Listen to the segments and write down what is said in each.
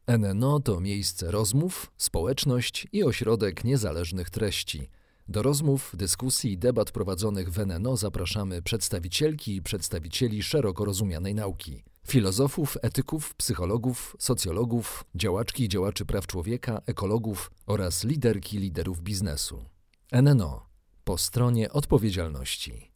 NNO to miejsce rozmów, społeczność i ośrodek niezależnych treści. Do rozmów, dyskusji i debat prowadzonych w NNO zapraszamy przedstawicielki i przedstawicieli szeroko rozumianej nauki. Filozofów, etyków, psychologów, socjologów, działaczki i działaczy praw człowieka, ekologów oraz liderki liderów biznesu. NNO. Po stronie odpowiedzialności.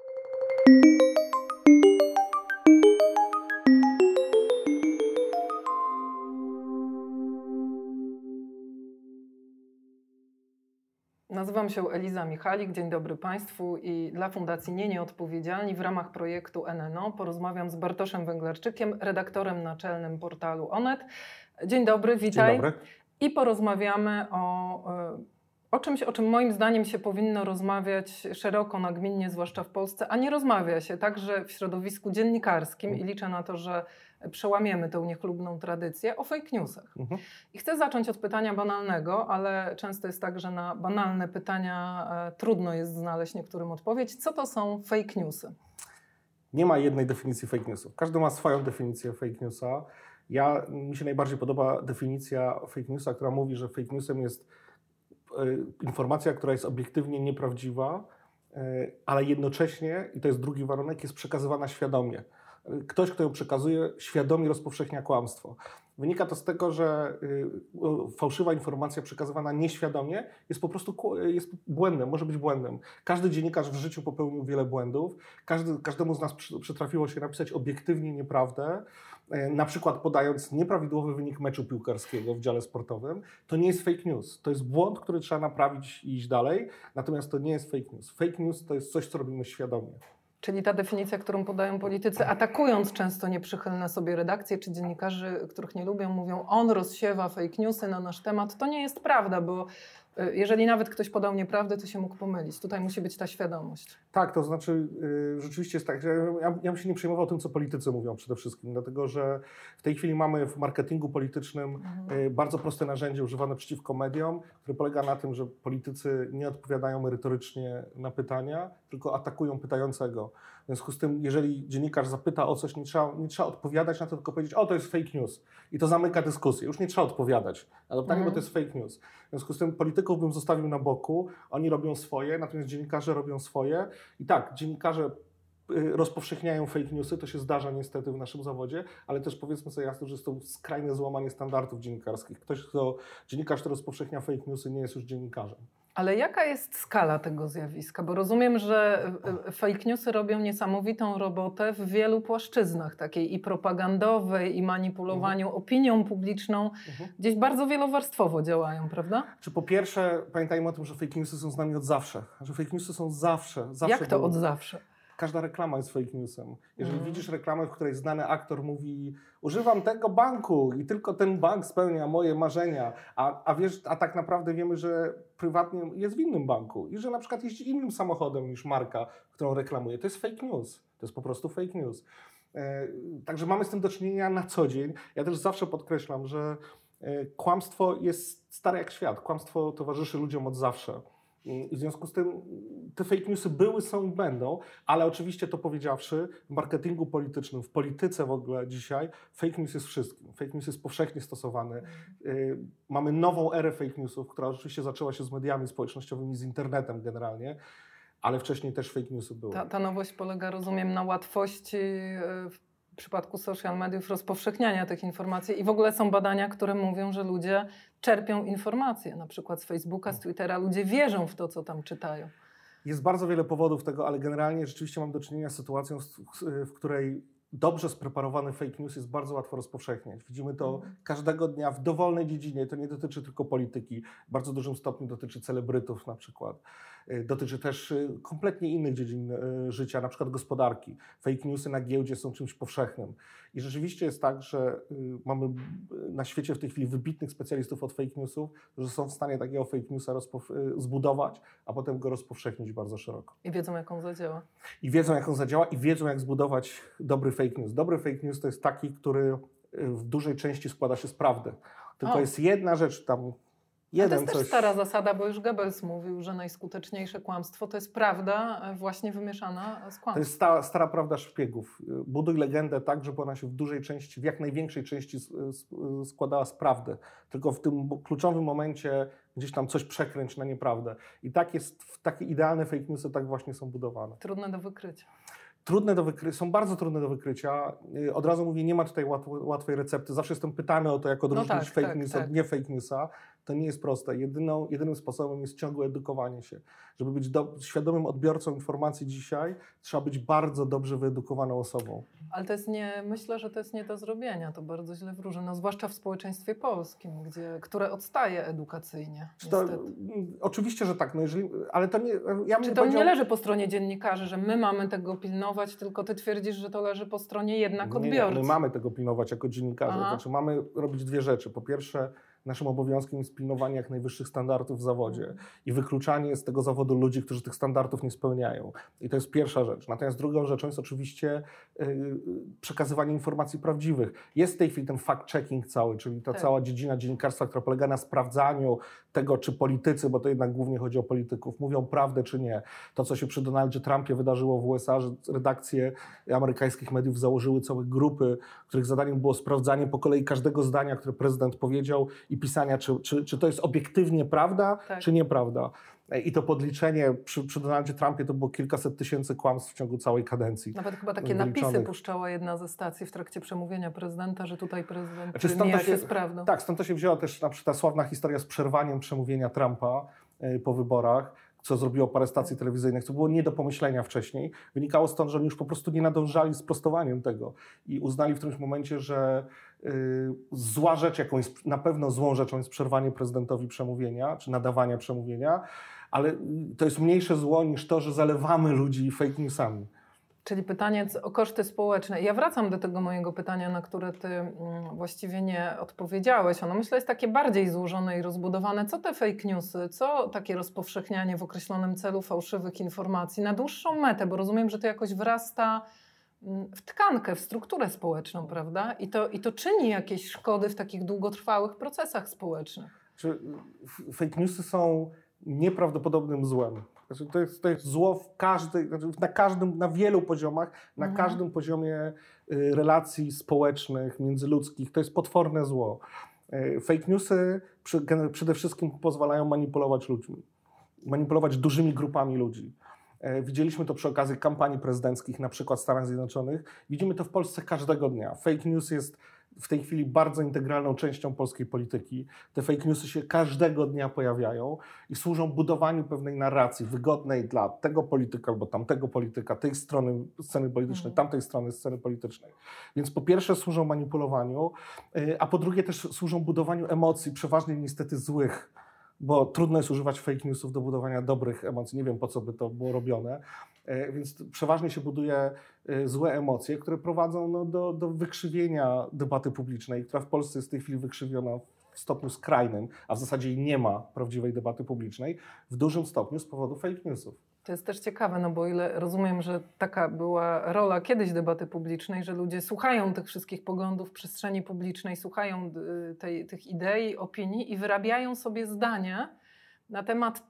Nazywam się Eliza Michalik, dzień dobry Państwu i dla Fundacji Nieodpowiedzialni w ramach projektu NNO porozmawiam z Bartoszem Węglarczykiem, redaktorem naczelnym portalu Onet. Dzień dobry, witaj. Dzień dobry. I porozmawiamy o czymś, o czym moim zdaniem się powinno rozmawiać szeroko, nagminnie, zwłaszcza w Polsce, a nie rozmawia się także w środowisku dziennikarskim i liczę na to, że przełamiemy tę niechlubną tradycję, o fake newsach. I chcę zacząć od pytania banalnego, ale często jest tak, że na banalne pytania trudno jest znaleźć niektórym odpowiedź. Co to są fake newsy? Nie ma jednej definicji fake newsów. Każdy ma swoją definicję fake newsa. Mi się najbardziej podoba definicja fake newsa, która mówi, że fake newsem jest informacja, która jest obiektywnie nieprawdziwa, ale jednocześnie, i to jest drugi warunek, jest przekazywana świadomie. Ktoś, kto ją przekazuje, świadomie rozpowszechnia kłamstwo. Wynika to z tego, że fałszywa informacja przekazywana nieświadomie jest po prostu błędem, może być błędem. Każdy dziennikarz w życiu popełnił wiele błędów. Każdemu z nas przytrafiło się napisać obiektywnie nieprawdę, na przykład podając nieprawidłowy wynik meczu piłkarskiego w dziale sportowym. To nie jest fake news. To jest błąd, który trzeba naprawić i iść dalej. Natomiast to nie jest fake news. Fake news to jest coś, co robimy świadomie. Czyli ta definicja, którą podają politycy, atakując często nieprzychylne sobie redakcje czy dziennikarzy, których nie lubią, mówią, on rozsiewa fake newsy na nasz temat. To nie jest prawda, bo jeżeli nawet ktoś podał nieprawdę, to się mógł pomylić. Tutaj musi być ta świadomość. Tak, to znaczy rzeczywiście jest tak, że ja bym się nie przejmował tym, co politycy mówią przede wszystkim, dlatego że w tej chwili mamy w marketingu politycznym bardzo proste narzędzie używane przeciwko mediom, które polega na tym, że politycy nie odpowiadają merytorycznie na pytania, tylko atakują pytającego. W związku z tym, jeżeli dziennikarz zapyta o coś, nie trzeba odpowiadać na to, tylko powiedzieć, to jest fake news. I to zamyka dyskusję. Już nie trzeba odpowiadać na to pytanie, bo to jest fake news. W związku z tym polityków bym zostawił na boku, oni robią swoje, natomiast dziennikarze robią swoje. I tak, dziennikarze rozpowszechniają fake newsy, to się zdarza niestety w naszym zawodzie, ale też powiedzmy sobie jasno, że jest to skrajne złamanie standardów dziennikarskich. Dziennikarz, który rozpowszechnia fake newsy, nie jest już dziennikarzem. Ale jaka jest skala tego zjawiska? Bo rozumiem, że fake newsy robią niesamowitą robotę w wielu płaszczyznach, takiej i propagandowej, i manipulowaniu opinią publiczną. Gdzieś bardzo wielowarstwowo działają, prawda? Po pierwsze, pamiętajmy o tym, że fake newsy są z nami od zawsze. Że fake newsy są zawsze. Jak to od zawsze? Każda reklama jest fake newsem. Jeżeli widzisz reklamę, w której znany aktor mówi, używam tego banku i tylko ten bank spełnia moje marzenia, a tak naprawdę wiemy, że prywatnie jest w innym banku i że na przykład jeździ innym samochodem niż marka, którą reklamuje, to jest fake news. To jest po prostu fake news. Także mamy z tym do czynienia na co dzień. Ja też zawsze podkreślam, że kłamstwo jest stare jak świat. Kłamstwo towarzyszy ludziom od zawsze. I w związku z tym te fake newsy były, są i będą, ale oczywiście to powiedziawszy, w marketingu politycznym, w polityce w ogóle dzisiaj fake news jest wszystkim. Fake news jest powszechnie stosowany. Mamy nową erę fake newsów, która oczywiście zaczęła się z mediami społecznościowymi, z internetem generalnie, ale wcześniej też fake newsy były. Ta nowość polega, rozumiem, na łatwości w przypadku social mediów rozpowszechniania tych informacji i w ogóle są badania, które mówią, że ludzie czerpią informacje, na przykład z Facebooka, z Twittera, ludzie wierzą w to, co tam czytają. Jest bardzo wiele powodów tego, ale generalnie rzeczywiście mam do czynienia z sytuacją, w której dobrze spreparowany fake news jest bardzo łatwo rozpowszechniać. Widzimy to każdego dnia w dowolnej dziedzinie. To nie dotyczy tylko polityki. W bardzo dużym stopniu dotyczy celebrytów na przykład. Dotyczy też kompletnie innych dziedzin życia, na przykład gospodarki. Fake newsy na giełdzie są czymś powszechnym. I rzeczywiście jest tak, że mamy na świecie w tej chwili wybitnych specjalistów od fake newsów, którzy są w stanie takiego fake newsa zbudować, a potem go rozpowszechnić bardzo szeroko. I wiedzą, jak on zadziała. I wiedzą, jak on zadziała i wiedzą, jak zbudować dobry fake news. Dobry fake news to jest taki, który w dużej części składa się z prawdy. Tylko jest jedna rzecz tam To jest też stara zasada, bo już Goebbels mówił, że najskuteczniejsze kłamstwo to jest prawda właśnie wymieszana z kłamstwem. To jest stara prawda szpiegów. Buduj legendę tak, żeby ona się w dużej części, w jak największej części składała z prawdy. Tylko w tym kluczowym momencie gdzieś tam coś przekręć na nieprawdę. I tak jest, takie idealne fake newsy tak właśnie są budowane. Trudne do wykrycia. Są bardzo trudne do wykrycia. Od razu mówię, nie ma tutaj łatwej recepty. Zawsze jestem pytany o to, jak odróżnić fake news od nie fake newsa. To nie jest proste. Jedynym sposobem jest ciągłe edukowanie się. Żeby być świadomym odbiorcą informacji dzisiaj, trzeba być bardzo dobrze wyedukowaną osobą. Ale myślę, że to jest nie do zrobienia. To bardzo źle wróży. No, zwłaszcza w społeczeństwie polskim, które odstaje edukacyjnie. Oczywiście, że tak. No ale to nie... Czy to nie leży po stronie dziennikarzy, że my mamy tego pilnować, tylko ty twierdzisz, że to leży po stronie jednak odbiorcy? Nie, my mamy tego pilnować jako dziennikarze. Znaczy mamy robić dwie rzeczy. Po pierwsze, naszym obowiązkiem jest pilnowanie jak najwyższych standardów w zawodzie i wykluczanie z tego zawodu ludzi, którzy tych standardów nie spełniają. I to jest pierwsza rzecz. Natomiast drugą rzeczą jest oczywiście przekazywanie informacji prawdziwych. Jest w tej chwili ten fact-checking cały, czyli ta cała dziedzina dziennikarstwa, która polega na sprawdzaniu tego, czy politycy, bo to jednak głównie chodzi o polityków, mówią prawdę czy nie. To, co się przy Donaldzie Trumpie wydarzyło w USA, że redakcje amerykańskich mediów założyły całe grupy, których zadaniem było sprawdzanie po kolei każdego zdania, które prezydent powiedział i pisania, czy to jest obiektywnie prawda, czy nieprawda. I to podliczenie przy Donaldzie Trumpie to było kilkaset tysięcy kłamstw w ciągu całej kadencji. Nawet chyba takie napisy puszczała jedna ze stacji w trakcie przemówienia prezydenta, że tutaj prezydent mija się z prawdą. Tak, stąd to się wzięła też na przykład ta sławna historia z przerwaniem przemówienia Trumpa po wyborach, co zrobiło parę stacji telewizyjnych, co było nie do pomyślenia wcześniej. Wynikało stąd, że oni już po prostu nie nadążali z prostowaniem tego i uznali w którymś momencie, że zła rzecz, na pewno złą rzeczą jest przerwanie prezydentowi przemówienia, czy nadawania przemówienia, ale to jest mniejsze zło niż to, że zalewamy ludzi fake newsami. Czyli pytanie o koszty społeczne. Ja wracam do tego mojego pytania, na które ty właściwie nie odpowiedziałeś. Ono myślę jest takie bardziej złożone i rozbudowane. Co te fake newsy, co takie rozpowszechnianie w określonym celu fałszywych informacji na dłuższą metę, bo rozumiem, że to jakoś wrasta w tkankę, w strukturę społeczną, prawda? I to czyni jakieś szkody w takich długotrwałych procesach społecznych. Fake newsy są nieprawdopodobnym złem. Znaczy, to jest zło na wielu poziomach, na każdym poziomie relacji społecznych, międzyludzkich. To jest potworne zło. Fake newsy przede wszystkim pozwalają manipulować ludźmi, manipulować dużymi grupami ludzi. Widzieliśmy to przy okazji kampanii prezydenckich, na przykład w Stanach Zjednoczonych. Widzimy to w Polsce każdego dnia. Fake news jest w tej chwili bardzo integralną częścią polskiej polityki. Te fake newsy się każdego dnia pojawiają i służą budowaniu pewnej narracji wygodnej dla tego polityka albo tamtego polityka, tej strony sceny politycznej, tamtej strony sceny politycznej. Więc po pierwsze służą manipulowaniu, a po drugie też służą budowaniu emocji, przeważnie niestety złych, bo trudno jest używać fake newsów do budowania dobrych emocji. Nie wiem, po co by to było robione. Więc przeważnie się buduje złe emocje, które prowadzą do wykrzywienia debaty publicznej, która w Polsce jest w tej chwili wykrzywiona w stopniu skrajnym, a w zasadzie nie ma prawdziwej debaty publicznej, w dużym stopniu z powodu fake newsów. To jest też ciekawe, no bo ile rozumiem, że taka była rola kiedyś debaty publicznej, że ludzie słuchają tych wszystkich poglądów w przestrzeni publicznej, słuchają tych idei, opinii i wyrabiają sobie zdanie na temat,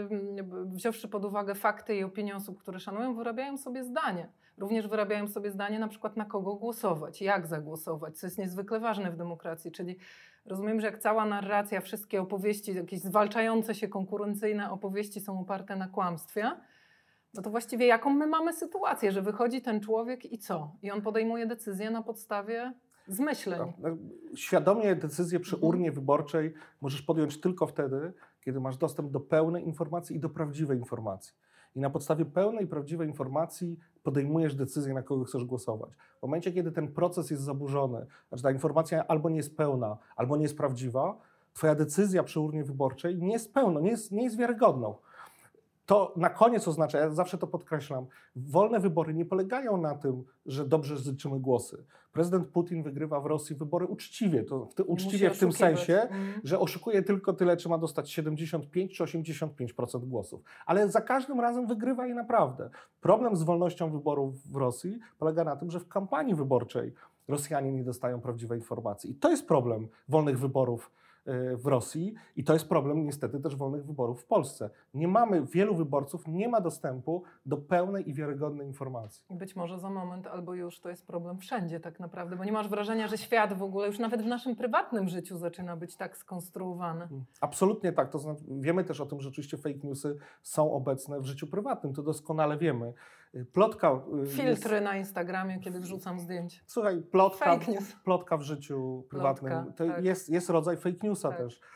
wziąwszy pod uwagę fakty i opinie osób, które szanują, wyrabiają sobie zdanie. Również wyrabiają sobie zdanie na przykład na kogo głosować, jak zagłosować, co jest niezwykle ważne w demokracji. Czyli rozumiem, że jak cała narracja, wszystkie opowieści, jakieś zwalczające się konkurencyjne opowieści są oparte na kłamstwie, no to właściwie jaką my mamy sytuację, że wychodzi ten człowiek i co? I on podejmuje decyzję na podstawie zmyśleń. Świadomie decyzję przy urnie wyborczej możesz podjąć tylko wtedy, kiedy masz dostęp do pełnej informacji i do prawdziwej informacji. I na podstawie pełnej, prawdziwej informacji podejmujesz decyzję, na kogo chcesz głosować. W momencie, kiedy ten proces jest zaburzony, znaczy ta informacja albo nie jest pełna, albo nie jest prawdziwa, twoja decyzja przy urnie wyborczej nie jest pełna, nie jest wiarygodną. To na koniec oznacza, ja zawsze to podkreślam, wolne wybory nie polegają na tym, że dobrze zliczymy głosy. Prezydent Putin wygrywa w Rosji wybory uczciwie. Uczciwie w tym sensie, że oszukuje tylko tyle, czy ma dostać 75 czy 85% głosów. Ale za każdym razem wygrywa je naprawdę. Problem z wolnością wyborów w Rosji polega na tym, że w kampanii wyborczej Rosjanie nie dostają prawdziwej informacji. I to jest problem wolnych wyborów w Rosji i to jest problem niestety też wolnych wyborów w Polsce. Nie mamy, wielu wyborców nie ma dostępu do pełnej i wiarygodnej informacji. I być może za moment albo już to jest problem wszędzie tak naprawdę, bo nie masz wrażenia, że świat w ogóle już nawet w naszym prywatnym życiu zaczyna być tak skonstruowany. Absolutnie tak. To znaczy, wiemy też o tym, że oczywiście fake newsy są obecne w życiu prywatnym. To doskonale wiemy. Plotka... Filtry na Instagramie, kiedy wrzucam zdjęcie. Słuchaj, plotka w życiu prywatnym to tak. jest rodzaj fake newsa Tak. też.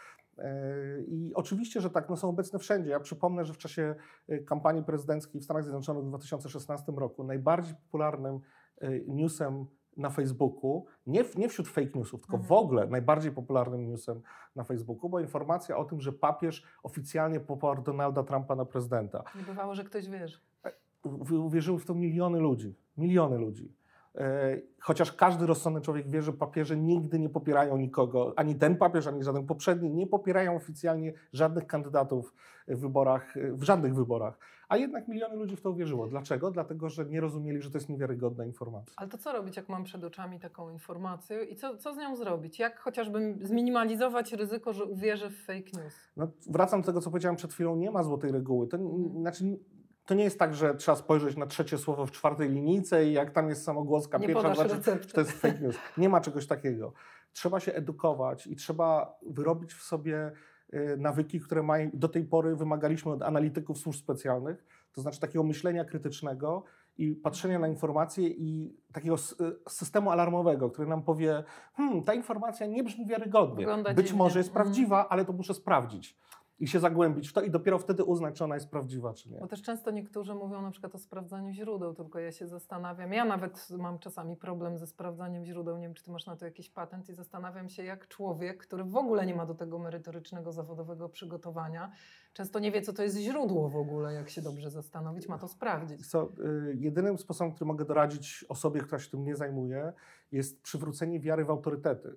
I oczywiście, że tak, no są obecne wszędzie. Ja przypomnę, że w czasie kampanii prezydenckiej w Stanach Zjednoczonych w 2016 roku najbardziej popularnym newsem na Facebooku, nie wśród fake newsów, tylko w ogóle najbardziej popularnym newsem na Facebooku była informacja o tym, że papież oficjalnie poparł Donalda Trumpa na prezydenta. Nie bywało, że ktoś wierzy. Uwierzyły w to miliony ludzi. Miliony ludzi. Chociaż każdy rozsądny człowiek wie, że papieże nigdy nie popierają nikogo, ani ten papież, ani żaden poprzedni, nie popierają oficjalnie żadnych kandydatów w żadnych wyborach. A jednak miliony ludzi w to uwierzyło. Dlaczego? Dlatego, że nie rozumieli, że to jest niewiarygodna informacja. Ale to co robić, jak mam przed oczami taką informację i co z nią zrobić? Jak chociażby zminimalizować ryzyko, że uwierzę w fake news? No, wracam do tego, co powiedziałem przed chwilą, nie ma złotej reguły. To nie jest tak, że trzeba spojrzeć na trzecie słowo w czwartej linijce i jak tam jest samogłoska pierwsza, że to jest fake news. Nie ma czegoś takiego. Trzeba się edukować i trzeba wyrobić w sobie nawyki, które do tej pory wymagaliśmy od analityków służb specjalnych, to znaczy takiego myślenia krytycznego i patrzenia na informacje i takiego systemu alarmowego, który nam powie, ta informacja nie brzmi wiarygodnie. Być może jest prawdziwa, ale to muszę sprawdzić. I się zagłębić w to i dopiero wtedy uznać, czy ona jest prawdziwa, czy nie. Bo też często niektórzy mówią na przykład o sprawdzaniu źródeł, tylko ja się zastanawiam, ja nawet mam czasami problem ze sprawdzaniem źródeł, nie wiem, czy ty masz na to jakiś patent i zastanawiam się, jak człowiek, który w ogóle nie ma do tego merytorycznego, zawodowego przygotowania, często nie wie, co to jest źródło w ogóle, jak się dobrze zastanowić, ma to sprawdzić. Jedynym sposobem, który mogę doradzić osobie, która się tym nie zajmuje, jest przywrócenie wiary w autorytety.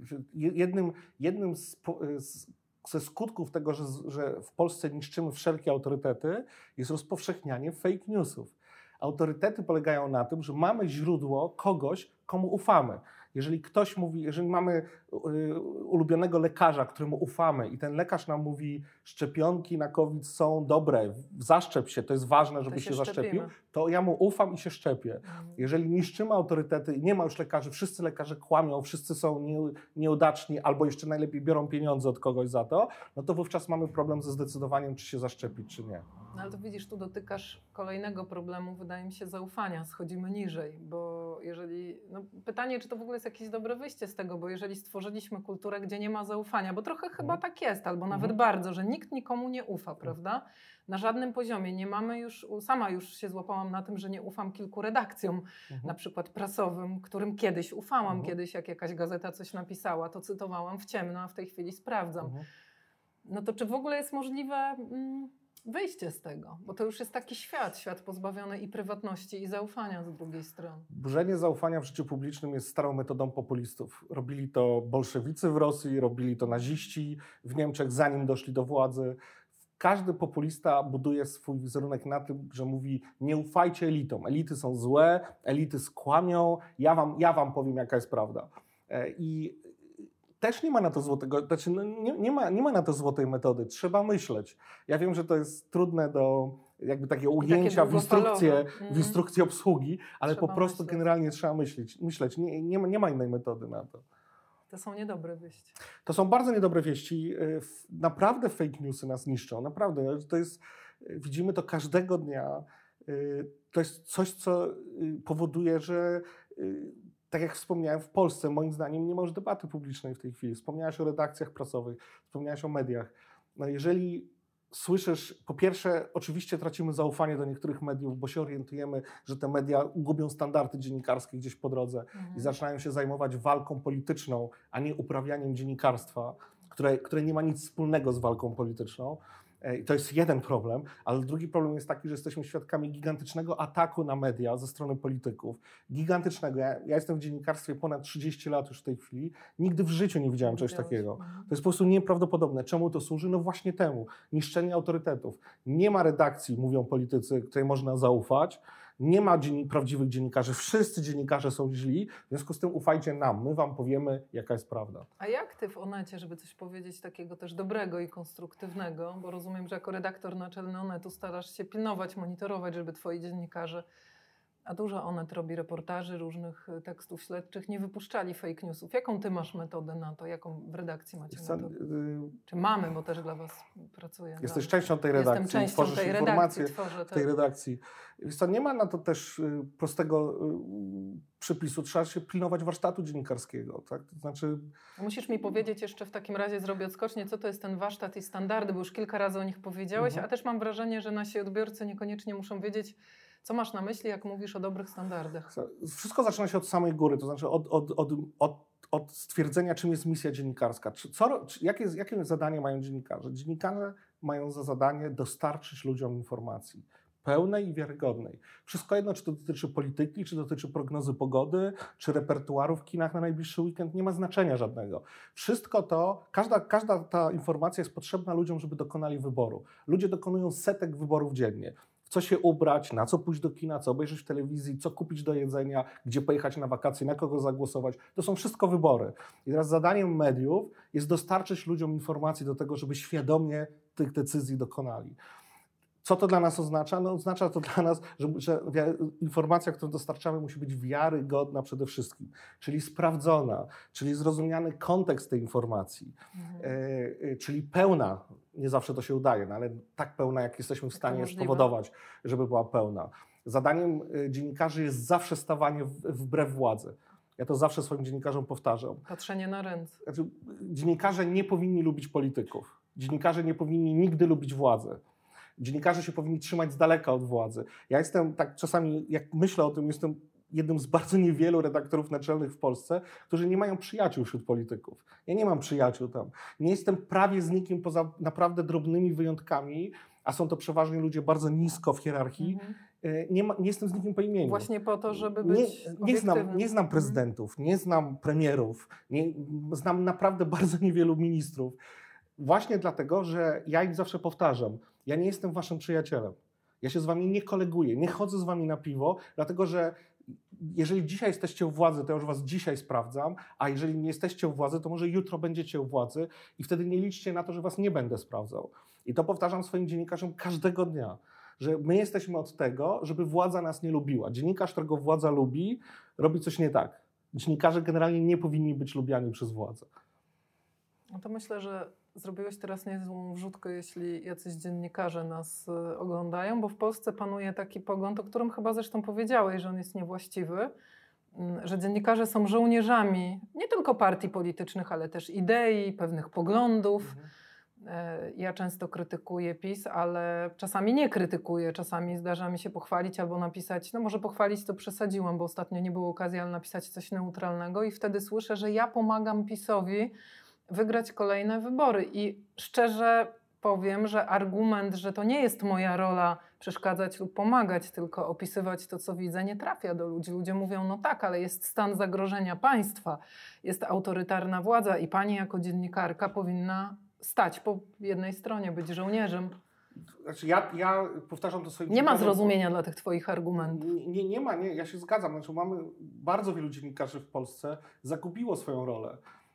Jednym ze skutków tego, że w Polsce niszczymy wszelkie autorytety, jest rozpowszechnianie fake newsów. Autorytety polegają na tym, że mamy źródło kogoś, komu ufamy. Jeżeli mamy ulubionego lekarza, któremu ufamy i ten lekarz nam mówi, szczepionki na COVID są dobre, zaszczep się, to jest ważne, żeby się zaszczepił, to ja mu ufam i się szczepię. Jeżeli niszczymy autorytety i nie ma już lekarzy, wszyscy lekarze kłamią, wszyscy są nieudaczni albo jeszcze najlepiej biorą pieniądze od kogoś za to, no to wówczas mamy problem ze zdecydowaniem, czy się zaszczepić, czy nie. No ale to widzisz, tu dotykasz kolejnego problemu, wydaje mi się, zaufania. Schodzimy niżej, bo pytanie, czy to w ogóle jest jakieś dobre wyjście z tego, bo jeżeli stworzyliśmy kulturę, gdzie nie ma zaufania, bo trochę chyba tak jest, albo nawet bardzo, że nikt nikomu nie ufa, prawda? Na żadnym poziomie. Nie mamy sama już się złapałam na tym, że nie ufam kilku redakcjom, na przykład prasowym, którym kiedyś ufałam. Kiedyś jak jakaś gazeta coś napisała, to cytowałam w ciemno, a w tej chwili sprawdzam. No to czy w ogóle jest możliwe wyjście z tego? Bo to już jest taki świat pozbawiony i prywatności, i zaufania z drugiej strony. Burzenie zaufania w życiu publicznym jest starą metodą populistów. Robili to bolszewicy w Rosji, robili to naziści w Niemczech, zanim doszli do władzy. Każdy populista buduje swój wizerunek na tym, że mówi, nie ufajcie elitom. Elity są złe, elity skłamią, ja wam powiem, jaka jest prawda. I też nie ma na to nie ma na to złotej metody. Trzeba myśleć. Ja wiem, że to jest trudne do jakby takiego ujęcia w instrukcję obsługi, ale po prostu generalnie trzeba myśleć. Nie ma innej metody na to. To są niedobre wieści. To są bardzo niedobre wieści. Naprawdę fake newsy nas niszczą. Naprawdę. Widzimy to każdego dnia. To jest coś, co powoduje, że tak jak wspomniałem, w Polsce moim zdaniem nie ma już debaty publicznej w tej chwili. Wspomniałaś o redakcjach prasowych, wspomniałaś o mediach. No jeżeli słyszysz, po pierwsze, oczywiście tracimy zaufanie do niektórych mediów, bo się orientujemy, że te media gubią standardy dziennikarskie gdzieś po drodze i zaczynają się zajmować walką polityczną, a nie uprawianiem dziennikarstwa, które nie ma nic wspólnego z walką polityczną. I to jest jeden problem, ale drugi problem jest taki, że jesteśmy świadkami gigantycznego ataku na media ze strony polityków. Gigantycznego. Ja jestem w dziennikarstwie ponad 30 lat już w tej chwili. Nigdy w życiu nie widziałem czegoś takiego. To jest po prostu nieprawdopodobne. Czemu to służy? No właśnie temu. Niszczenie autorytetów. Nie ma redakcji, mówią politycy, której można zaufać. Nie ma prawdziwych dziennikarzy, wszyscy dziennikarze są źli, w związku z tym ufajcie nam, my wam powiemy, jaka jest prawda. A jak ty w Onecie, żeby coś powiedzieć takiego też dobrego i konstruktywnego, bo rozumiem, że jako redaktor naczelny Onetu starasz się pilnować, monitorować, żeby twoi dziennikarze, a dużo Onet robi reportaży, różnych tekstów śledczych, nie wypuszczali fake newsów. Jaką ty masz metodę na to? Jaką w redakcji macie metodę? Czy mamy, bo też dla was pracuję. Jesteś częścią tej redakcji. Jestem częścią tworzysz tej informacje redakcji. w tej redakcji. Wiesz co, nie ma na to też prostego przepisu. Trzeba się pilnować warsztatu dziennikarskiego. Tak? To znaczy... Musisz mi powiedzieć jeszcze w takim razie, zrobię odskocznie, co to jest ten warsztat i standardy, bo już kilka razy o nich powiedziałeś, a też mam wrażenie, że nasi odbiorcy niekoniecznie muszą wiedzieć, co masz na myśli, jak mówisz o dobrych standardach. Wszystko zaczyna się od samej góry, to znaczy od stwierdzenia, czym jest misja dziennikarska. Jakie zadanie mają dziennikarze? Dziennikarze mają za zadanie dostarczyć ludziom informacji pełnej i wiarygodnej. Wszystko jedno, czy to dotyczy polityki, czy dotyczy prognozy pogody, czy repertuaru w kinach na najbliższy weekend, nie ma znaczenia żadnego. Wszystko to, każda ta informacja jest potrzebna ludziom, żeby dokonali wyboru. Ludzie dokonują setek wyborów dziennie. W co się ubrać, na co pójść do kina, co obejrzeć w telewizji, co kupić do jedzenia, gdzie pojechać na wakacje, na kogo zagłosować. To są wszystko wybory. I teraz zadaniem mediów jest dostarczyć ludziom informacji do tego, żeby świadomie tych decyzji dokonali. Co to dla nas oznacza? No, oznacza to dla nas, że informacja, którą dostarczamy, musi być wiarygodna przede wszystkim, czyli sprawdzona, czyli zrozumiany kontekst tej informacji, czyli pełna. Nie zawsze to się udaje, no, ale tak pełna, jak jesteśmy w stanie spowodować, żeby była pełna. Zadaniem dziennikarzy jest zawsze stawanie wbrew władzy. Ja to zawsze swoim dziennikarzom powtarzam. Patrzenie na ręce. Znaczy, dziennikarze nie powinni lubić polityków. Dziennikarze nie powinni nigdy lubić władzy. Dziennikarze się powinni trzymać z daleka od władzy. Ja jestem tak czasami, jak myślę o tym, jestem jednym z bardzo niewielu redaktorów naczelnych w Polsce, którzy nie mają przyjaciół wśród polityków. Ja nie mam przyjaciół tam. Nie jestem prawie z nikim poza naprawdę drobnymi wyjątkami, a są to przeważnie ludzie bardzo nisko w hierarchii. Nie jestem z nikim po imieniu. Właśnie po to, żeby być nie znam prezydentów, nie znam premierów, znam naprawdę bardzo niewielu ministrów. Właśnie dlatego, że ja im zawsze powtarzam, ja nie jestem waszym przyjacielem. Ja się z wami nie koleguję, nie chodzę z wami na piwo, dlatego że jeżeli dzisiaj jesteście u władzy, to ja już was dzisiaj sprawdzam, a jeżeli nie jesteście u władzy, to może jutro będziecie u władzy i wtedy nie liczcie na to, że was nie będę sprawdzał. I to powtarzam swoim dziennikarzom każdego dnia, że my jesteśmy od tego, żeby władza nas nie lubiła. Dziennikarz, którego władza lubi, robi coś nie tak. Dziennikarze generalnie nie powinni być lubiani przez władzę. No to myślę, że zrobiłeś teraz niezłą wrzutkę, jeśli jacyś dziennikarze nas oglądają, bo w Polsce panuje taki pogląd, o którym chyba zresztą powiedziałeś, że on jest niewłaściwy, że dziennikarze są żołnierzami nie tylko partii politycznych, ale też idei, pewnych poglądów. Ja często krytykuję PiS, ale czasami nie krytykuję, czasami zdarza mi się pochwalić albo napisać, no może pochwalić to przesadziłam, bo ostatnio nie było okazji, ale napisać coś neutralnego i wtedy słyszę, że ja pomagam PiS-owi wygrać kolejne wybory. I szczerze powiem, że argument, że to nie jest moja rola przeszkadzać lub pomagać, tylko opisywać to, co widzę, nie trafia do ludzi. Ludzie mówią, no tak, ale jest stan zagrożenia państwa, jest autorytarna władza i pani jako dziennikarka powinna stać po jednej stronie, być żołnierzem. Znaczy ja powtarzam to swoim Nie ma zrozumienia dla tych twoich argumentów. Nie ma, ja się zgadzam. Znaczy mamy bardzo wielu dziennikarzy w Polsce zagubiło swoją rolę.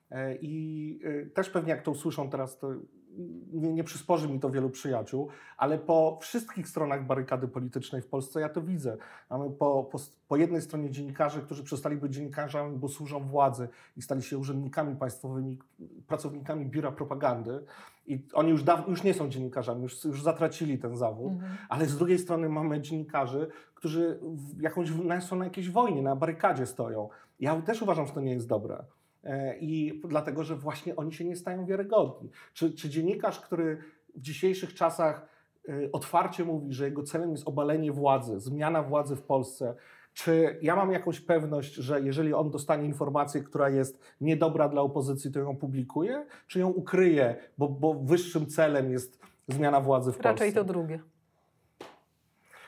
I też pewnie jak to usłyszą teraz, to nie przysporzy mi to wielu przyjaciół, ale po wszystkich stronach barykady politycznej w Polsce ja to widzę. Mamy po jednej stronie dziennikarzy, którzy przestali być dziennikarzami, bo służą władzy i stali się urzędnikami państwowymi, pracownikami biura propagandy i oni już nie są dziennikarzami, już zatracili ten zawód, ale z drugiej strony mamy dziennikarzy, którzy są na jakiejś wojnie, na barykadzie stoją. Ja też uważam, że to nie jest dobre. I dlatego, że właśnie oni się nie stają wiarygodni. Czy dziennikarz, który w dzisiejszych czasach otwarcie mówi, że jego celem jest obalenie władzy, zmiana władzy w Polsce, czy ja mam jakąś pewność, że jeżeli on dostanie informację, która jest niedobra dla opozycji, to ją publikuje, czy ją ukryje, bo wyższym celem jest zmiana władzy w Polsce? Raczej to drugie.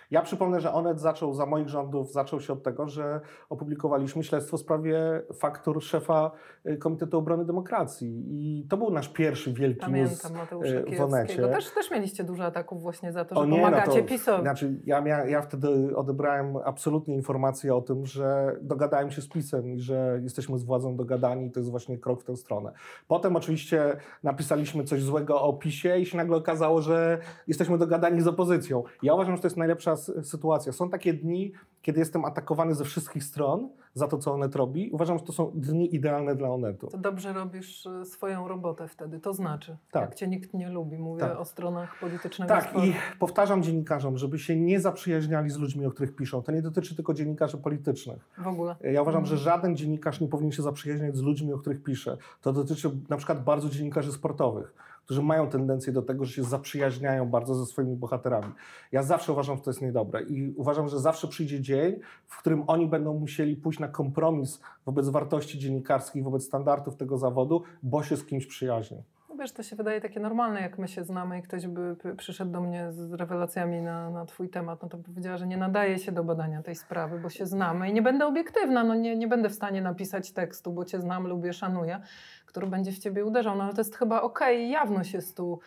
Ja przypomnę, że Onet za moich rządów zaczął się od tego, że opublikowaliśmy śledztwo w sprawie faktur szefa Komitetu Obrony Demokracji. I to był nasz pierwszy wielki news w Onecie. Też mieliście dużo ataków właśnie za to, że pomagacie PiS-owi. Znaczy, ja wtedy odebrałem absolutnie informację o tym, że dogadałem się z PiS-em i że jesteśmy z władzą dogadani i to jest właśnie krok w tę stronę. Potem oczywiście napisaliśmy coś złego o PiS-ie i się nagle okazało, że jesteśmy dogadani z opozycją. Ja uważam, że to jest najlepsza sytuacja. Są takie dni, kiedy jestem atakowany ze wszystkich stron za to, co Onet robi. Uważam, że to są dni idealne dla Onetu. To dobrze robisz swoją robotę wtedy, to znaczy, tak. Jak cię nikt nie lubi, mówię o stronach politycznego Tak, sporu. i powtarzam dziennikarzom, żeby się nie zaprzyjaźniali z ludźmi, o których piszą. To nie dotyczy tylko dziennikarzy politycznych. W ogóle. Ja uważam, że żaden dziennikarz nie powinien się zaprzyjaźniać z ludźmi, o których pisze. To dotyczy na przykład bardzo dziennikarzy sportowych, którzy mają tendencję do tego, że się zaprzyjaźniają bardzo ze swoimi bohaterami. Ja zawsze uważam, że to jest niedobre i uważam, że zawsze przyjdzie dzień, w którym oni będą musieli pójść na kompromis wobec wartości dziennikarskich, wobec standardów tego zawodu, bo się z kimś przyjaźnią. No wiesz, to się wydaje takie normalne, jak my się znamy i ktoś by przyszedł do mnie z rewelacjami na twój temat, no to by powiedziała, że nie nadaje się do badania tej sprawy, bo się znamy i nie będę obiektywna, no nie będę w stanie napisać tekstu, bo cię znam, lubię, szanuję, który będzie w ciebie uderzał, no ale to jest chyba okej, jawność jest tu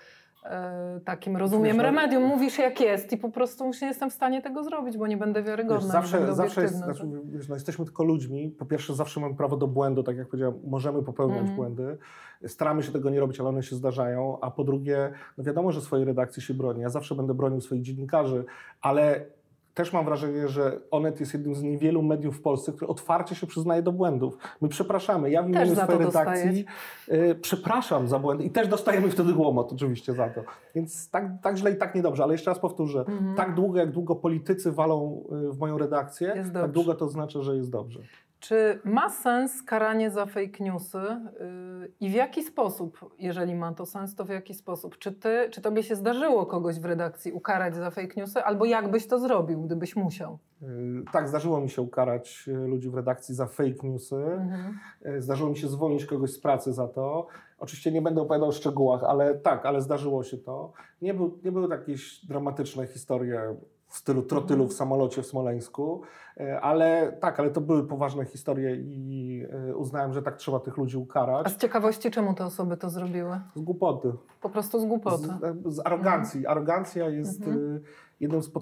takim, rozumiem, remedium, mówisz jak jest i po prostu już nie jestem w stanie tego zrobić, bo nie będę wiarygodna, nie będę obiektywna. Jesteśmy tylko ludźmi, po pierwsze zawsze mamy prawo do błędu, tak jak powiedziałem, możemy popełniać błędy, staramy się tego nie robić, ale one się zdarzają, a po drugie, no wiadomo, że swojej redakcji się broni, ja zawsze będę bronił swoich dziennikarzy, ale też mam wrażenie, że Onet jest jednym z niewielu mediów w Polsce, które otwarcie się przyznaje do błędów. My przepraszamy. Ja w imieniu swojej redakcji przepraszam za błędy i też dostajemy wtedy łomot oczywiście za to. Więc tak źle i tak niedobrze. Ale jeszcze raz powtórzę, tak długo jak długo politycy walą w moją redakcję, tak długo to znaczy, że jest dobrze. Czy ma sens karanie za fake newsy i w jaki sposób, jeżeli ma to sens, to w jaki sposób? Czy tobie się zdarzyło kogoś w redakcji ukarać za fake newsy, albo jak byś to zrobił, gdybyś musiał? Tak, zdarzyło mi się ukarać ludzi w redakcji za fake newsy. Zdarzyło mi się zwolnić kogoś z pracy za to. Oczywiście nie będę opowiadał o szczegółach, ale zdarzyło się to. Nie były jakieś dramatyczne historie w stylu trotylu w samolocie w Smoleńsku, ale to były poważne historie i uznałem, że tak trzeba tych ludzi ukarać. A z ciekawości czemu te osoby to zrobiły? Z głupoty. Po prostu z głupoty. Z arogancji. Arogancja jest jedną z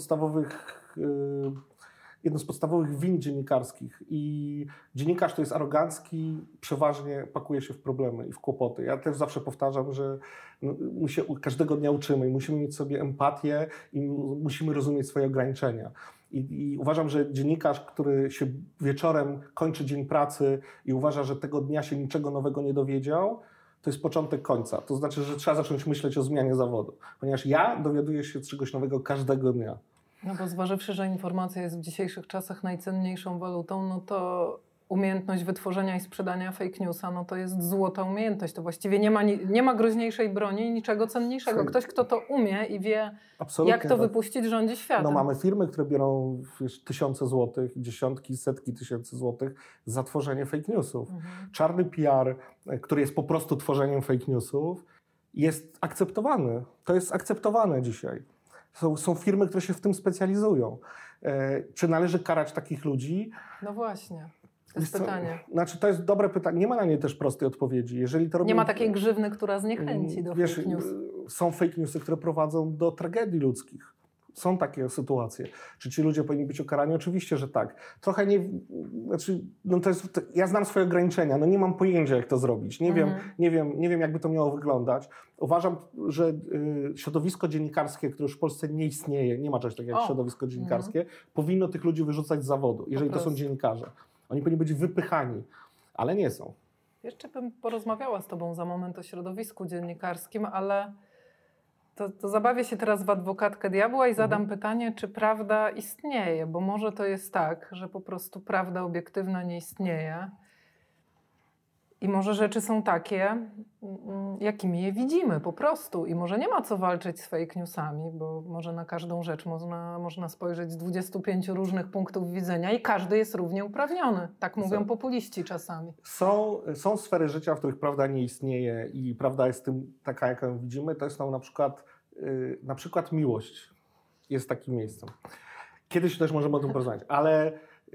podstawowych win dziennikarskich i dziennikarz, który jest arogancki, przeważnie pakuje się w problemy i w kłopoty. Ja też zawsze powtarzam, że my się każdego dnia uczymy i musimy mieć sobie empatię i musimy rozumieć swoje ograniczenia. I uważam, że dziennikarz, który się wieczorem kończy dzień pracy i uważa, że tego dnia się niczego nowego nie dowiedział, to jest początek końca. To znaczy, że trzeba zacząć myśleć o zmianie zawodu. Ponieważ ja dowiaduję się czegoś nowego każdego dnia. No bo zważywszy, że informacja jest w dzisiejszych czasach najcenniejszą walutą, no to umiejętność wytworzenia i sprzedania fake newsa, no to jest złota umiejętność. To właściwie nie ma groźniejszej broni i niczego cenniejszego. Ktoś, kto to umie i wie, jak to wypuścić, rządzi światem. No mamy firmy, które biorą tysiące złotych, dziesiątki, setki tysięcy złotych za tworzenie fake newsów. Czarny PR, który jest po prostu tworzeniem fake newsów, jest akceptowany. To jest akceptowane dzisiaj. Są firmy, które się w tym specjalizują. Czy należy karać takich ludzi? No właśnie. To jest pytanie. Znaczy, to jest dobre pytanie. Nie ma na nie też prostej odpowiedzi. Jeżeli to nie ma takiej grzywny, która zniechęci do fake news. Są fake newsy, które prowadzą do tragedii ludzkich. Są takie sytuacje. Czy ci ludzie powinni być ukarani? Oczywiście, że tak. Trochę nie... Znaczy, ja znam swoje ograniczenia. Nie mam pojęcia, jak to zrobić. Nie wiem, jakby to miało wyglądać. Uważam, że środowisko dziennikarskie, które już w Polsce nie istnieje, nie ma czegoś takiego jak środowisko dziennikarskie, powinno tych ludzi wyrzucać z zawodu, jeżeli to są dziennikarze. Oni powinni być wypychani, ale nie są. Jeszcze bym porozmawiała z tobą za moment o środowisku dziennikarskim, ale to zabawię się teraz w adwokatkę diabła i zadam pytanie, czy prawda istnieje, bo może to jest tak, że po prostu prawda obiektywna nie istnieje i może rzeczy są takie, jakimi je widzimy po prostu i może nie ma co walczyć z fake newsami, bo może na każdą rzecz można spojrzeć z 25 różnych punktów widzenia i każdy jest równie uprawniony. Tak mówią populiści czasami. Są sfery życia, w których prawda nie istnieje i prawda jest tym taka, jaką ją widzimy. To jest na przykład miłość. Jest takim miejscem. Kiedyś też możemy o tym porozmawiać, ale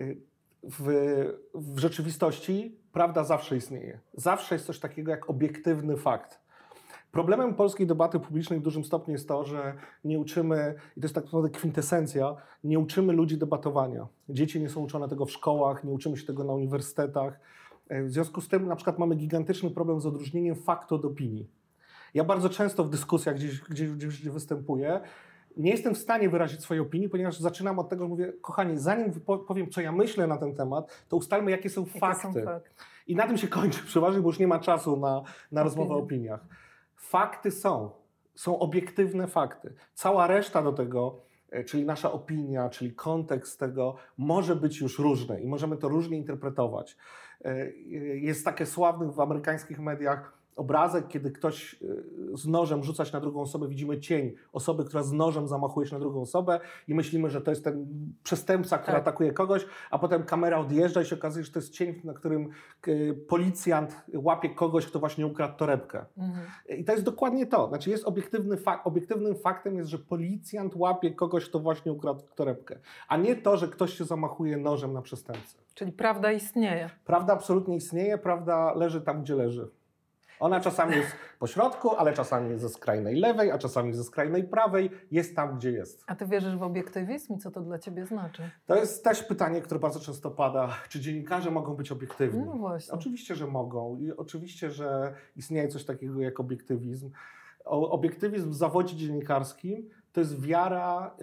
w rzeczywistości prawda zawsze istnieje. Zawsze jest coś takiego jak obiektywny fakt. Problemem polskiej debaty publicznej w dużym stopniu jest to, że nie uczymy, i to jest tak naprawdę kwintesencja, nie uczymy ludzi debatowania. Dzieci nie są uczone tego w szkołach, nie uczymy się tego na uniwersytetach. W związku z tym na przykład mamy gigantyczny problem z odróżnieniem faktu od opinii. Ja bardzo często w dyskusjach gdzieś występuję, nie jestem w stanie wyrazić swojej opinii, ponieważ zaczynam od tego, że mówię, kochani, zanim powiem, co ja myślę na ten temat, to ustalmy, jakie są fakty. I na tym się kończy przeważnie, bo już nie ma czasu na rozmowę o opiniach. Fakty są obiektywne fakty. Cała reszta do tego, czyli nasza opinia, czyli kontekst tego, może być już różny i możemy to różnie interpretować. Jest takie sławny w amerykańskich mediach obrazek, kiedy ktoś z nożem rzuca się na drugą osobę, widzimy cień osoby, która z nożem zamachuje się na drugą osobę i myślimy, że to jest ten przestępca, który atakuje kogoś, a potem kamera odjeżdża i się okazuje, że to jest cień, na którym policjant łapie kogoś, kto właśnie ukradł torebkę. I to jest dokładnie to. Znaczy jest obiektywnym faktem jest, że policjant łapie kogoś, kto właśnie ukradł torebkę, a nie to, że ktoś się zamachuje nożem na przestępcę. Czyli prawda istnieje. Prawda absolutnie istnieje, prawda leży tam, gdzie leży. Ona czasami jest po środku, ale czasami jest ze skrajnej lewej, a czasami ze skrajnej prawej. Jest tam, gdzie jest. A ty wierzysz w obiektywizm i co to dla ciebie znaczy? To jest też pytanie, które bardzo często pada. Czy dziennikarze mogą być obiektywni? No właśnie. Oczywiście, że mogą i oczywiście, że istnieje coś takiego jak obiektywizm. Obiektywizm w zawodzie dziennikarskim to jest wiara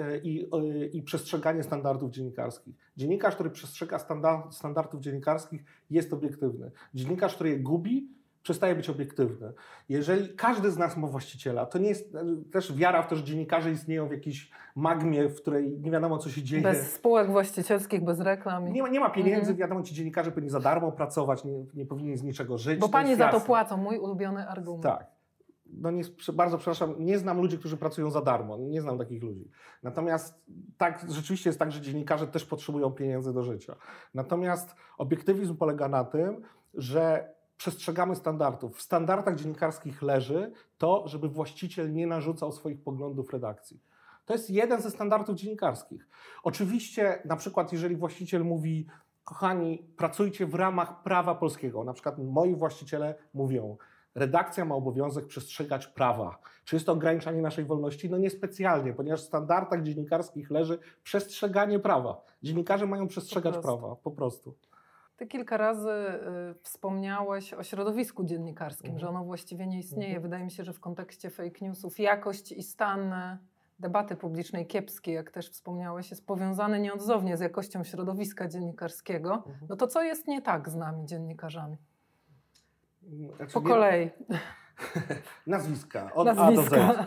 i przestrzeganie standardów dziennikarskich. Dziennikarz, który przestrzega standardów dziennikarskich, jest obiektywny. Dziennikarz, który je gubi, przestaje być obiektywny. Jeżeli każdy z nas ma właściciela, to nie jest też wiara w to, że dziennikarze istnieją w jakiejś magmie, w której nie wiadomo, co się dzieje. Bez spółek właścicielskich, bez reklam. Nie ma pieniędzy, wiadomo, ci dziennikarze powinni za darmo pracować, nie powinni z niczego żyć. Bo pani za to płacą, mój ulubiony argument. Tak. No bardzo przepraszam, nie znam ludzi, którzy pracują za darmo. Nie znam takich ludzi. Natomiast tak, rzeczywiście jest tak, że dziennikarze też potrzebują pieniędzy do życia. Natomiast obiektywizm polega na tym, że przestrzegamy standardów. W standardach dziennikarskich leży to, żeby właściciel nie narzucał swoich poglądów redakcji. To jest jeden ze standardów dziennikarskich. Oczywiście, na przykład, jeżeli właściciel mówi, kochani, pracujcie w ramach prawa polskiego. Na przykład moi właściciele mówią, redakcja ma obowiązek przestrzegać prawa. Czy jest to ograniczanie naszej wolności? No niespecjalnie, ponieważ w standardach dziennikarskich leży przestrzeganie prawa. Dziennikarze mają przestrzegać prawa, po prostu. Ty kilka razy wspomniałeś o środowisku dziennikarskim, że ono właściwie nie istnieje. Wydaje mi się, że w kontekście fake newsów jakość i stan debaty publicznej kiepskiej, jak też wspomniałeś, jest powiązany nieodzownie z jakością środowiska dziennikarskiego. No to co jest nie tak z nami, dziennikarzami? Znaczy, po kolei. Nazwiska. Od A do Z.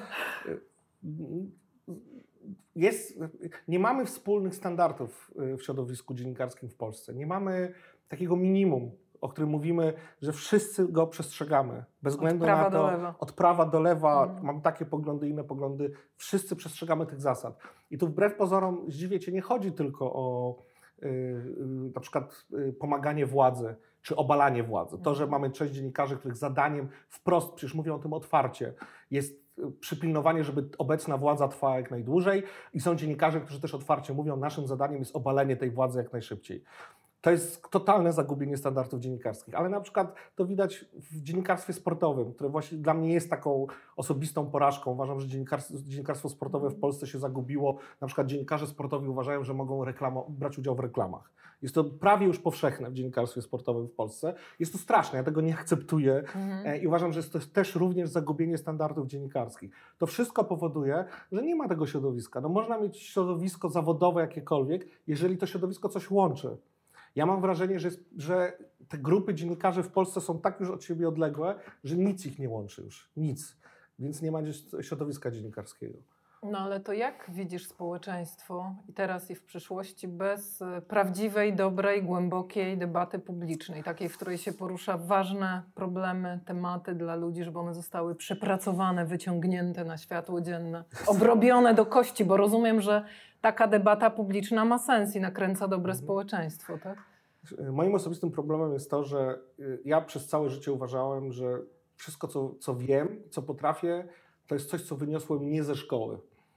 Nie mamy wspólnych standardów w środowisku dziennikarskim w Polsce. Nie mamy takiego minimum, o którym mówimy, że wszyscy go przestrzegamy. Bez względu na to, od prawa do lewa, mam takie poglądy, inne poglądy, wszyscy przestrzegamy tych zasad. I tu wbrew pozorom, zdziwię cię, nie chodzi tylko o na przykład pomaganie władzy, czy obalanie władzy. To, że mamy część dziennikarzy, których zadaniem wprost, przecież mówią o tym otwarcie, jest przypilnowanie, żeby obecna władza trwała jak najdłużej i są dziennikarze, którzy też otwarcie mówią, naszym zadaniem jest obalenie tej władzy jak najszybciej. To jest totalne zagubienie standardów dziennikarskich, ale na przykład to widać w dziennikarstwie sportowym, które właśnie dla mnie jest taką osobistą porażką. Uważam, że dziennikarstwo sportowe w Polsce się zagubiło. Na przykład dziennikarze sportowi uważają, że mogą brać udział w reklamach. Jest to prawie już powszechne w dziennikarstwie sportowym w Polsce. Jest to straszne, ja tego nie akceptuję i uważam, że jest to też również zagubienie standardów dziennikarskich. To wszystko powoduje, że nie ma tego środowiska. No można mieć środowisko zawodowe jakiekolwiek, jeżeli to środowisko coś łączy. Ja mam wrażenie, że te grupy dziennikarzy w Polsce są tak już od siebie odległe, że nic ich nie łączy już. Nic. Więc nie ma środowiska dziennikarskiego. No ale to jak widzisz społeczeństwo i teraz i w przyszłości bez prawdziwej, dobrej, głębokiej debaty publicznej, takiej, w której się porusza ważne problemy, tematy dla ludzi, żeby one zostały przepracowane, wyciągnięte na światło dzienne, obrobione do kości, bo rozumiem, że taka debata publiczna ma sens i nakręca dobre społeczeństwo, tak? Moim osobistym problemem jest to, że ja przez całe życie uważałem, że wszystko, co wiem, co potrafię, to jest coś, co wyniosłem nie ze szkoły.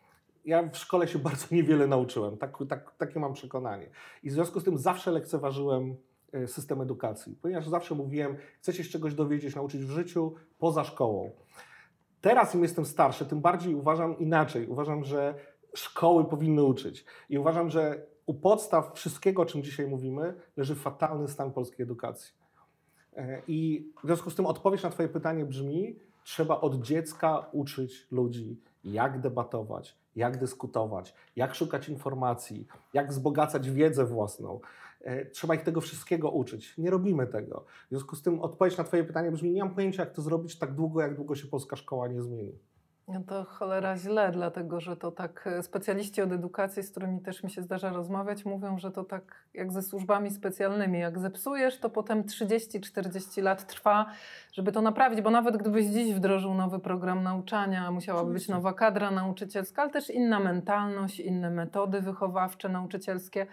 ja w szkole się bardzo niewiele nauczyłem, takie mam przekonanie. I w związku z tym zawsze lekceważyłem system edukacji, ponieważ zawsze mówiłem, chcę się czegoś dowiedzieć, nauczyć w życiu poza szkołą. Teraz im jestem starszy, tym bardziej uważam inaczej. Uważam, że szkoły powinny uczyć. I uważam, że u podstaw wszystkiego, o czym dzisiaj mówimy, leży fatalny stan polskiej edukacji. I w związku z tym odpowiedź na twoje pytanie brzmi, trzeba od dziecka uczyć ludzi, jak debatować, jak dyskutować, jak szukać informacji, jak wzbogacać wiedzę własną. Trzeba ich tego wszystkiego uczyć. Nie robimy tego. W związku z tym odpowiedź na twoje pytanie brzmi, nie mam pojęcia, jak to zrobić tak długo, jak długo się polska szkoła nie zmieni. No to cholera źle, dlatego że to tak specjaliści od edukacji, z którymi też mi się zdarza rozmawiać, mówią, że to tak jak ze służbami specjalnymi. Jak zepsujesz, to potem 30-40 lat trwa, żeby to naprawić, bo nawet gdybyś dziś wdrożył nowy program nauczania, musiałaby być nowa kadra nauczycielska, ale też inna mentalność, inne metody wychowawcze, nauczycielskie.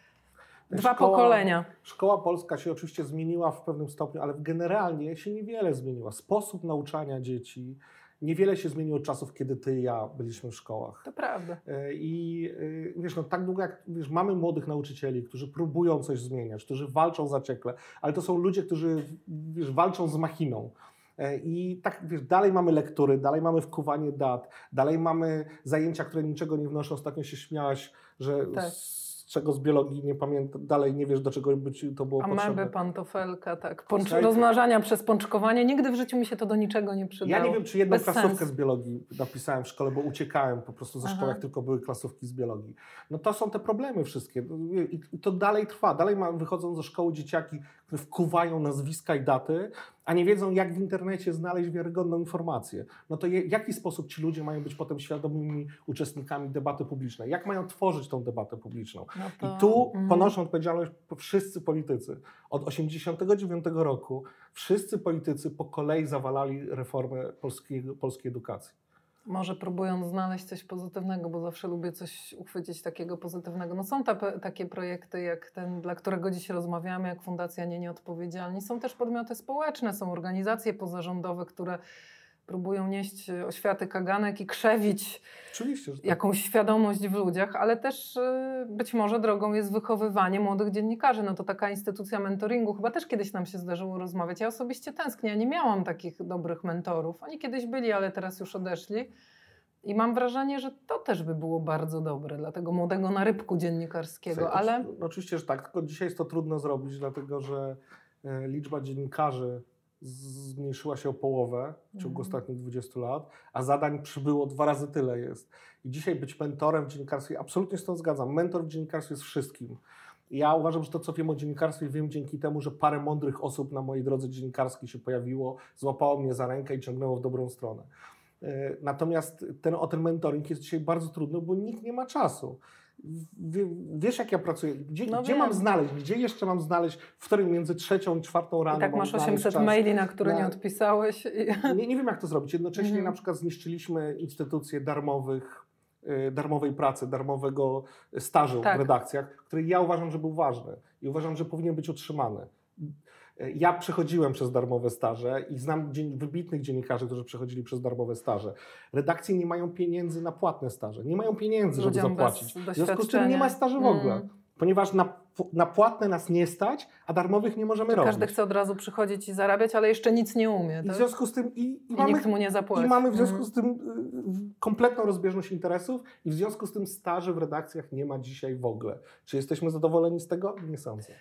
Dwa pokolenia. Szkoła polska się oczywiście zmieniła w pewnym stopniu, ale generalnie się niewiele zmieniła. Sposób nauczania dzieci niewiele się zmieniło od czasów, kiedy ty i ja byliśmy w szkołach. To prawda. I wiesz, no tak długo jak wiesz, mamy młodych nauczycieli, którzy próbują coś zmieniać, którzy walczą zaciekle, ale to są ludzie, którzy wiesz, walczą z machiną. I tak wiesz, dalej mamy lektury, dalej mamy wkuwanie dat, dalej mamy zajęcia, które niczego nie wnoszą. Ostatnio się śmiałaś, że tak. Z czego z biologii nie pamiętam, dalej nie wiesz, do czego by ci to było potrzebne. Ameby, pantofelka, tak. Rozmnażania przez pączkowanie. Nigdy w życiu mi się to do niczego nie przydało. Ja nie wiem, czy jedną Bez klasówkę sensu. z biologii napisałem w szkole, bo uciekałem po prostu ze szkoły, jak tylko były klasówki z biologii. No to są te problemy wszystkie. I to dalej trwa. Dalej wychodzą ze szkoły dzieciaki, które wkuwają nazwiska i daty, a nie wiedzą, jak w internecie znaleźć wiarygodną informację. No to w jaki sposób ci ludzie mają być potem świadomymi uczestnikami debaty publicznej? Jak mają tworzyć tą debatę publiczną? No to... I tu ponoszą odpowiedzialność wszyscy politycy. Od 1989 roku wszyscy politycy po kolei zawalali reformę polskiej edukacji. Może próbując znaleźć coś pozytywnego, bo zawsze lubię coś uchwycić takiego pozytywnego. No są takie projekty jak ten, dla którego dziś rozmawiamy, jak Fundacja Nie Nieodpowiedzialni. Są też podmioty społeczne, są organizacje pozarządowe, które próbują nieść oświaty kaganek i krzewić Oczywiście, że tak. jakąś świadomość w ludziach, ale też być może drogą jest wychowywanie młodych dziennikarzy. No to taka instytucja mentoringu, chyba też kiedyś nam się zdarzyło rozmawiać. Ja osobiście tęsknię, ja nie miałam takich dobrych mentorów. Oni kiedyś byli, ale teraz już odeszli. I mam wrażenie, że to też by było bardzo dobre dla tego młodego narybku dziennikarskiego, ale... Oczywiście, że tak, tylko dzisiaj jest to trudno zrobić, dlatego że liczba dziennikarzy zmniejszyła się o połowę w ciągu ostatnich 20 lat, a zadań przybyło 2 razy tyle jest. I dzisiaj być mentorem w dziennikarstwie, absolutnie z tym zgadzam, mentor w dziennikarstwie jest wszystkim. Ja uważam, że to, co wiem o dziennikarstwie, wiem dzięki temu, że parę mądrych osób na mojej drodze dziennikarskiej się pojawiło, złapało mnie za rękę i ciągnęło w dobrą stronę. Natomiast ten mentoring jest dzisiaj bardzo trudny, bo nikt nie ma czasu. Wiesz, jak ja pracuję, gdzie mam znaleźć, gdzie jeszcze mam znaleźć, w którym między 3 i 4 rano. I tak masz 800 maili, na które nie odpisałeś. Nie wiem, jak to zrobić. Jednocześnie na przykład zniszczyliśmy instytucję darmowej pracy, darmowego stażu w redakcjach, który ja uważam, że był ważny i uważam, że powinien być utrzymany. Ja przechodziłem przez darmowe staże i znam wybitnych dziennikarzy, którzy przechodzili przez darmowe staże. Redakcje nie mają pieniędzy na płatne staże. Nie mają pieniędzy, żeby zapłacić. W związku z czym nie ma staży w ogóle. Ponieważ na płatne nas nie stać, a darmowych nie możemy robić. Każdy chce od razu przychodzić i zarabiać, ale jeszcze nic nie umie. Tak? I w związku z tym nikt mu nie zapłaci. I mamy w związku z tym kompletną rozbieżność interesów i w związku z tym staży w redakcjach nie ma dzisiaj w ogóle. Czy jesteśmy zadowoleni z tego? Nie sądzę.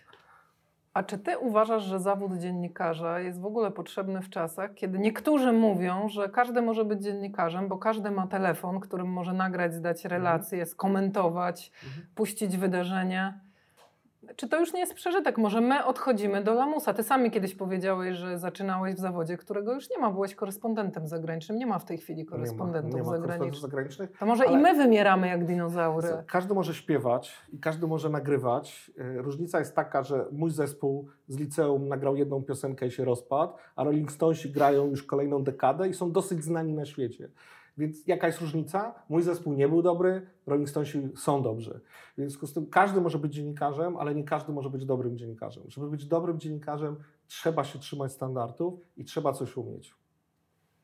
A czy ty uważasz, że zawód dziennikarza jest w ogóle potrzebny w czasach, kiedy niektórzy mówią, że każdy może być dziennikarzem, bo każdy ma telefon, którym może nagrać, zdać relacje, skomentować, puścić wydarzenia? Czy to już nie jest przeżytek? Może my odchodzimy do lamusa. Ty sami kiedyś powiedziałeś, że zaczynałeś w zawodzie, którego już nie ma. Byłeś korespondentem zagranicznym. Nie ma w tej chwili korespondentów zagranicznych. To może i my wymieramy jak dinozaury. Każdy może śpiewać i każdy może nagrywać. Różnica jest taka, że mój zespół z liceum nagrał 1 piosenkę i się rozpadł, a Rolling Stonesi grają już kolejną dekadę i są dosyć znani na świecie. Więc jaka jest różnica? Mój zespół nie był dobry, Rolling Stonesi są dobrzy. W związku z tym każdy może być dziennikarzem, ale nie każdy może być dobrym dziennikarzem. Żeby być dobrym dziennikarzem, trzeba się trzymać standardów i trzeba coś umieć.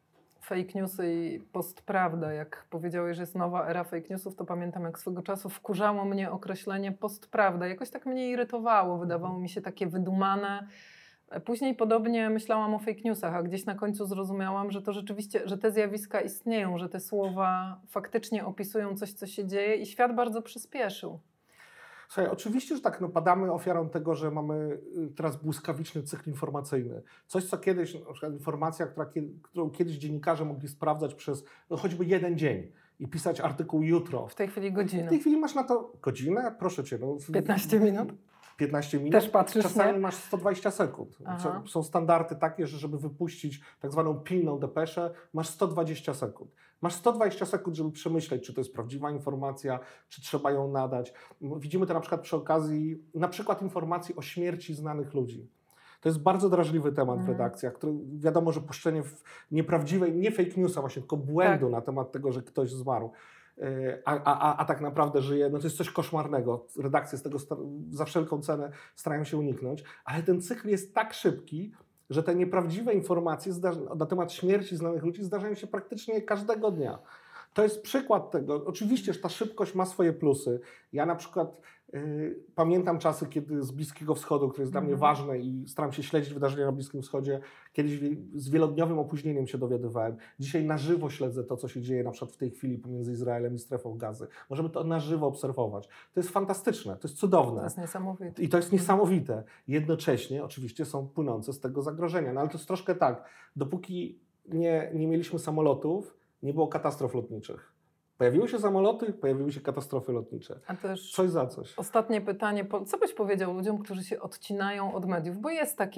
fake newsy i postprawda. Jak powiedziałeś, że jest nowa era fake newsów, to pamiętam, jak swego czasu wkurzało mnie określenie postprawda. Jakoś tak mnie irytowało, wydawało mi się takie wydumane. Później podobnie myślałam o fake newsach, a gdzieś na końcu zrozumiałam, że to rzeczywiście, że te zjawiska istnieją, że te słowa faktycznie opisują coś, co się dzieje i świat bardzo przyspieszył. Słuchaj, oczywiście, że tak, no, padamy ofiarą tego, że mamy teraz błyskawiczny cykl informacyjny. Coś, co kiedyś, na przykład informacja, którą kiedyś dziennikarze mogli sprawdzać przez choćby jeden dzień i pisać artykuł jutro. W tej chwili godzinę. W tej chwili masz na to godzinę? Proszę Cię. No, 15 minut? 15 minut. Też patrzysz, czasami nie? masz 120 sekund. Aha. Są standardy takie, że żeby wypuścić tak zwaną pilną depeszę, masz 120 sekund. Masz 120 sekund, żeby przemyśleć, czy to jest prawdziwa informacja, czy trzeba ją nadać. Widzimy to na przykład przy okazji informacji o śmierci znanych ludzi. To jest bardzo drażliwy temat w redakcjach, który wiadomo, że puszczenie w nieprawdziwej, nie fake newsa właśnie, tylko błędu na temat tego, że ktoś zmarł. A tak naprawdę żyje, no to jest coś koszmarnego. Redakcje z tego za wszelką cenę starają się uniknąć, ale ten cykl jest tak szybki, że te nieprawdziwe informacje na temat śmierci znanych ludzi zdarzają się praktycznie każdego dnia. To jest przykład tego. Oczywiście, że ta szybkość ma swoje plusy. Ja na przykład pamiętam czasy, kiedy z Bliskiego Wschodu, które jest dla mnie ważne i staram się śledzić wydarzenia na Bliskim Wschodzie, kiedyś z wielodniowym opóźnieniem się dowiadywałem. Dzisiaj na żywo śledzę to, co się dzieje na przykład w tej chwili pomiędzy Izraelem i strefą Gazy. Możemy to na żywo obserwować. To jest fantastyczne, to jest cudowne. To jest niesamowite. I to jest niesamowite. Jednocześnie oczywiście są płynące z tego zagrożenia. No ale to jest troszkę tak, dopóki nie mieliśmy samolotów, nie było katastrof lotniczych. Pojawiły się samoloty, pojawiły się katastrofy lotnicze. A też coś za coś. Ostatnie pytanie. Co byś powiedział ludziom, którzy się odcinają od mediów? Bo jest taki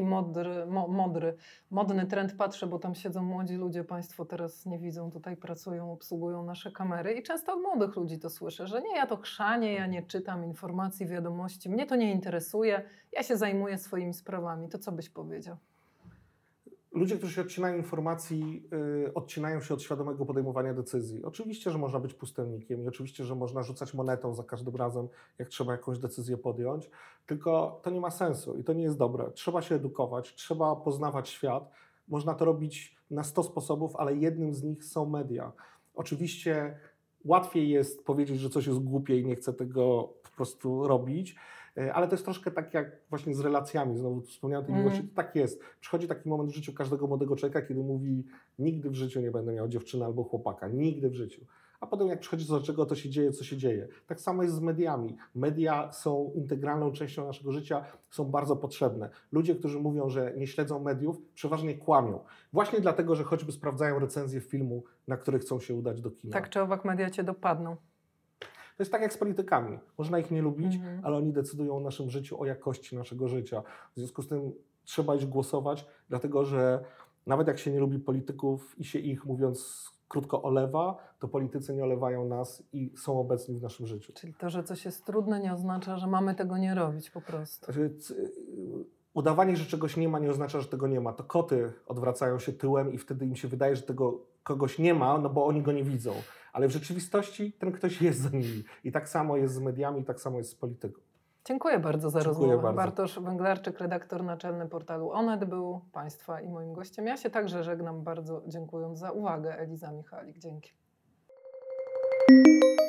modny trend. Patrzę, bo tam siedzą młodzi ludzie. Państwo teraz nie widzą, tutaj pracują, obsługują nasze kamery. I często od młodych ludzi to słyszę, że nie, ja to chrzanię, ja nie czytam informacji, wiadomości. Mnie to nie interesuje. Ja się zajmuję swoimi sprawami. To co byś powiedział? Ludzie, którzy się odcinają informacji, odcinają się od świadomego podejmowania decyzji. Oczywiście, że można być pustelnikiem i oczywiście, że można rzucać monetą za każdym razem, jak trzeba jakąś decyzję podjąć, tylko to nie ma sensu i to nie jest dobre. Trzeba się edukować, trzeba poznawać świat. Można to robić na 100 sposobów, ale jednym z nich są media. Oczywiście łatwiej jest powiedzieć, że coś jest głupie i nie chcę tego po prostu robić, ale to jest troszkę tak jak właśnie z relacjami, znowu wspomniałem tej miłości, to tak jest. Przychodzi taki moment w życiu każdego młodego człowieka, kiedy mówi: nigdy w życiu nie będę miał dziewczyny albo chłopaka, nigdy w życiu. A potem jak przychodzi do czego, to się dzieje, co się dzieje. Tak samo jest z mediami. Media są integralną częścią naszego życia, są bardzo potrzebne. Ludzie, którzy mówią, że nie śledzą mediów, przeważnie kłamią. Właśnie dlatego, że choćby sprawdzają recenzję filmu, na który chcą się udać do kina. Tak czy owak media cię dopadną. To jest tak jak z politykami. Można ich nie lubić, ale oni decydują o naszym życiu, o jakości naszego życia. W związku z tym trzeba iść głosować, dlatego że nawet jak się nie lubi polityków i się ich, mówiąc krótko, olewa, to politycy nie olewają nas i są obecni w naszym życiu. Czyli to, że coś jest trudne, nie oznacza, że mamy tego nie robić po prostu. Udawanie, że czegoś nie ma, nie oznacza, że tego nie ma. To koty odwracają się tyłem i wtedy im się wydaje, że tego kogoś nie ma, no bo oni go nie widzą. Ale w rzeczywistości ten ktoś jest za nimi. I tak samo jest z mediami, i tak samo jest z polityką. Dziękuję bardzo za Dziękuję rozmowę. bardzo. Bartosz Węglarczyk, redaktor naczelny portalu Onet, był Państwa i moim gościem. Ja się także żegnam, bardzo dziękując za uwagę. Eliza Michalik. Dzięki.